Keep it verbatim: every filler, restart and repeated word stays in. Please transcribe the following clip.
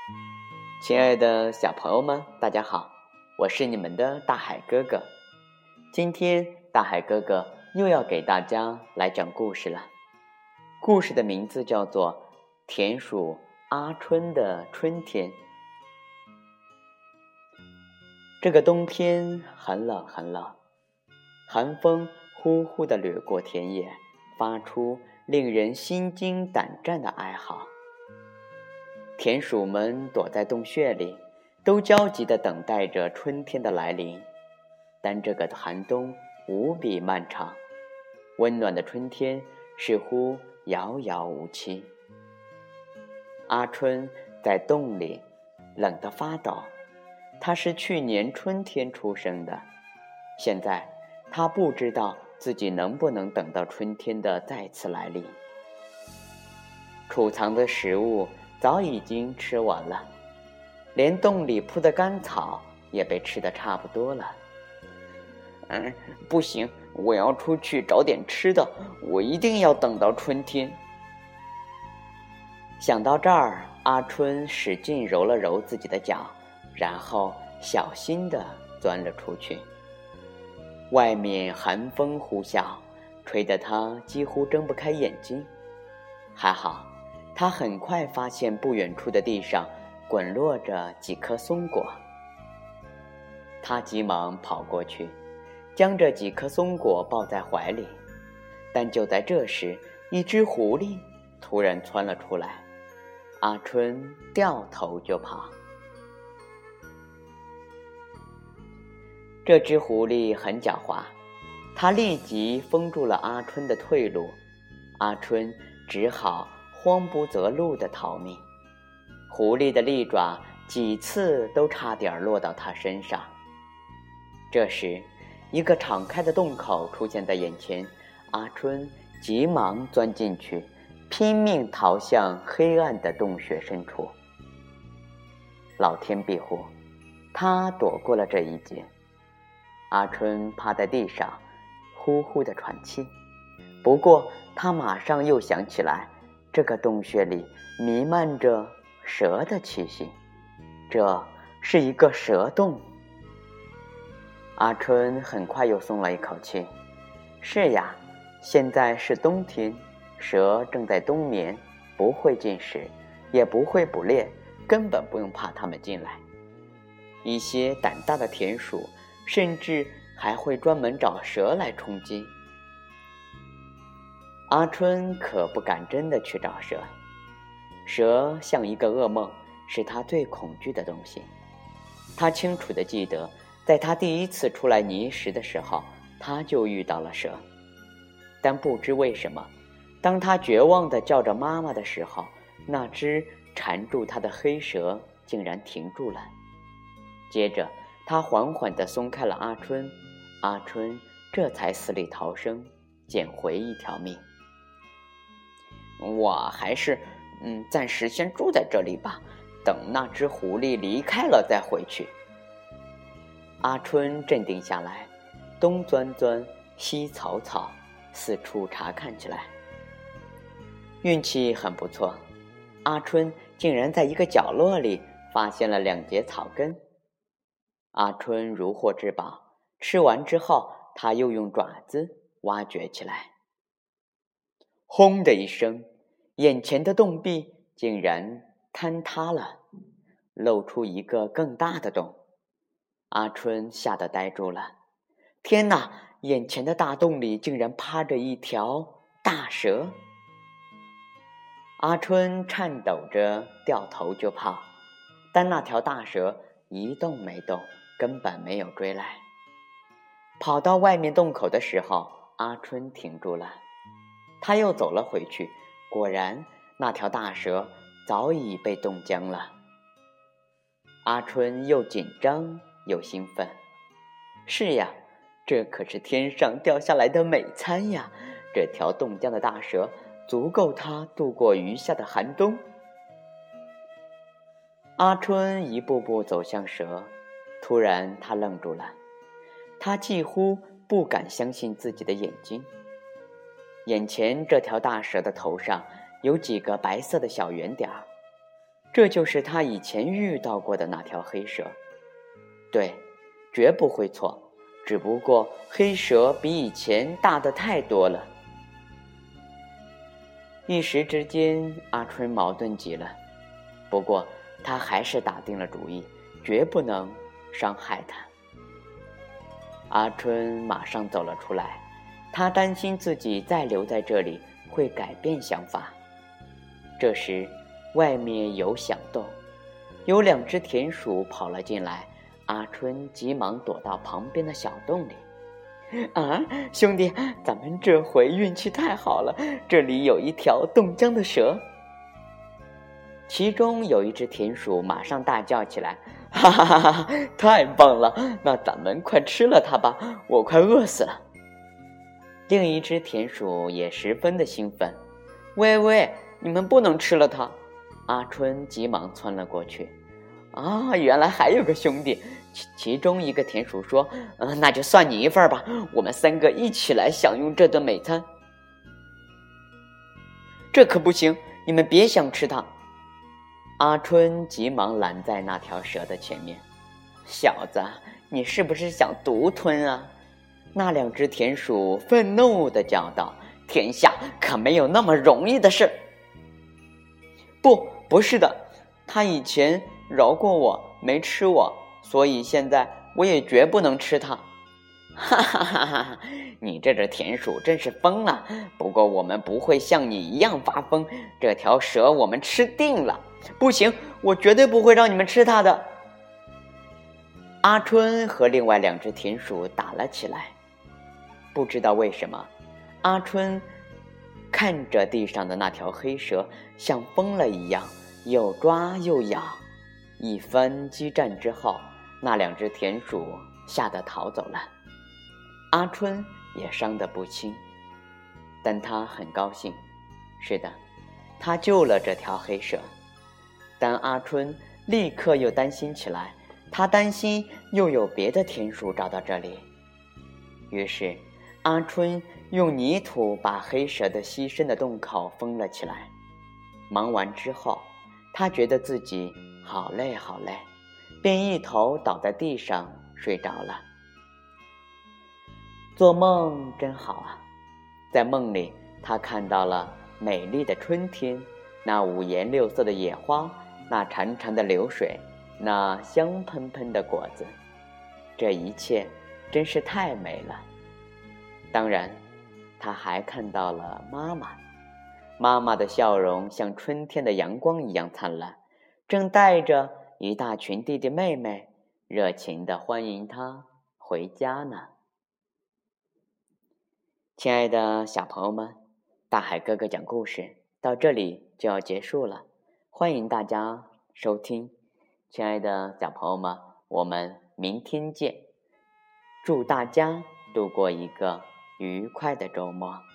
亲爱的小朋友们，大家好，我是你们的大海哥哥。今天大海哥哥又要给大家来讲故事了。故事的名字叫做《田鼠阿春的春天》。这个冬天很冷很冷，寒风呼呼地掠过田野，发出令人心惊胆战的哀嚎。田鼠们躲在洞穴里，都焦急地等待着春天的来临。但这个寒冬无比漫长，温暖的春天似乎遥遥无期。阿春在洞里冷得发抖，他是去年春天出生的，现在他不知道自己能不能等到春天的再次来临。储藏的食物早已经吃完了，连洞里铺的干草也被吃得差不多了。嗯，不行，我要出去找点吃的，我一定要等到春天。想到这儿，阿春使劲揉了揉自己的脚，然后小心地钻了出去。外面寒风呼啸，吹得他几乎睁不开眼睛。还好他很快发现不远处的地上滚落着几颗松果。他急忙跑过去，将这几颗松果抱在怀里。但就在这时，一只狐狸突然窜了出来，阿春掉头就跑。这只狐狸很狡猾，它立即封住了阿春的退路，阿春只好慌不择路地逃命。狐狸的利爪几次都差点落到他身上。这时，一个敞开的洞口出现在眼前，阿春急忙钻进去，拼命逃向黑暗的洞穴深处。老天庇护，他躲过了这一劫。阿春趴在地上，呼呼地喘气。不过他马上又想起来，这个洞穴里弥漫着蛇的气息，这是一个蛇洞。阿春很快又松了一口气。是呀，现在是冬天，蛇正在冬眠，不会进食，也不会捕猎，根本不用怕它们进来。一些胆大的田鼠甚至还会专门找蛇来充饥。阿春可不敢真的去找蛇，蛇像一个噩梦，是他最恐惧的东西。他清楚地记得，在他第一次出来觅食的时候，他就遇到了蛇。但不知为什么，当他绝望地叫着妈妈的时候，那只缠住他的黑蛇竟然停住了。接着他缓缓地松开了阿春，阿春这才死里逃生，捡回一条命。我还是嗯，暂时先住在这里吧，等那只狐狸离开了再回去。阿春镇定下来，东钻钻西草草，四处查看起来。运气很不错，阿春竟然在一个角落里发现了两节草根。阿春如获至宝，吃完之后他又用爪子挖掘起来。轰的一声，眼前的洞壁竟然坍塌了，露出一个更大的洞。阿春吓得呆住了。天哪，眼前的大洞里竟然趴着一条大蛇。阿春颤抖着掉头就跑，但那条大蛇一动没动，根本没有追来。跑到外面洞口的时候，阿春停住了。他又走了回去，果然那条大蛇早已被冻僵了。阿春又紧张又兴奋。是呀，这可是天上掉下来的美餐呀！这条冻僵的大蛇足够他度过余下的寒冬。阿春一步步走向蛇，突然他愣住了，他几乎不敢相信自己的眼睛。眼前这条大蛇的头上有几个白色的小圆点儿， 这就是他以前遇到过的那条黑蛇。对，绝不会错，只不过黑蛇比以前大得太多了。一时之间，阿春矛盾极了，不过他还是打定了主意，绝不能伤害他。阿春马上走了出来，他担心自己再留在这里会改变想法。这时外面有响动，有两只田鼠跑了进来，阿春急忙躲到旁边的小洞里。啊，兄弟，咱们这回运气太好了，这里有一条冻僵的蛇。其中有一只田鼠马上大叫起来，哈哈哈哈，太棒了，那咱们快吃了它吧，我快饿死了。另一只田鼠也十分的兴奋，喂喂，你们不能吃了它。阿春急忙窜了过去。啊，原来还有个兄弟。其其中一个田鼠说，嗯，那就算你一份吧，我们三个一起来享用这顿美餐。这可不行，你们别想吃它。阿春急忙拦在那条蛇的前面。小子，你是不是想独吞啊？那两只田鼠愤怒地叫道，天下可没有那么容易的事。不，不是的，他以前饶过我，没吃我，所以现在我也绝不能吃它。哈哈哈哈！你这只田鼠真是疯了。不过我们不会像你一样发疯，这条蛇我们吃定了。不行，我绝对不会让你们吃它的。阿春和另外两只田鼠打了起来。不知道为什么，阿春看着地上的那条黑蛇，像疯了一样，又抓又咬。一番激战之后，那两只田鼠吓得逃走了。阿春也伤得不轻，但他很高兴。是的，他救了这条黑蛇。但阿春立刻又担心起来，他担心又有别的田鼠找到这里。于是阿春用泥土把黑蛇的栖身的洞口封了起来。忙完之后，他觉得自己好累好累，便一头倒在地上睡着了。做梦真好啊！在梦里，他看到了美丽的春天，那五颜六色的野花，那潺潺的流水，那香喷喷的果子，这一切真是太美了。当然，他还看到了妈妈，妈妈的笑容像春天的阳光一样灿烂，正带着一大群弟弟妹妹热情地欢迎他回家呢。亲爱的小朋友们，大海哥哥讲故事到这里就要结束了，欢迎大家收听。亲爱的小朋友们，我们明天见，祝大家度过一个愉快的周末。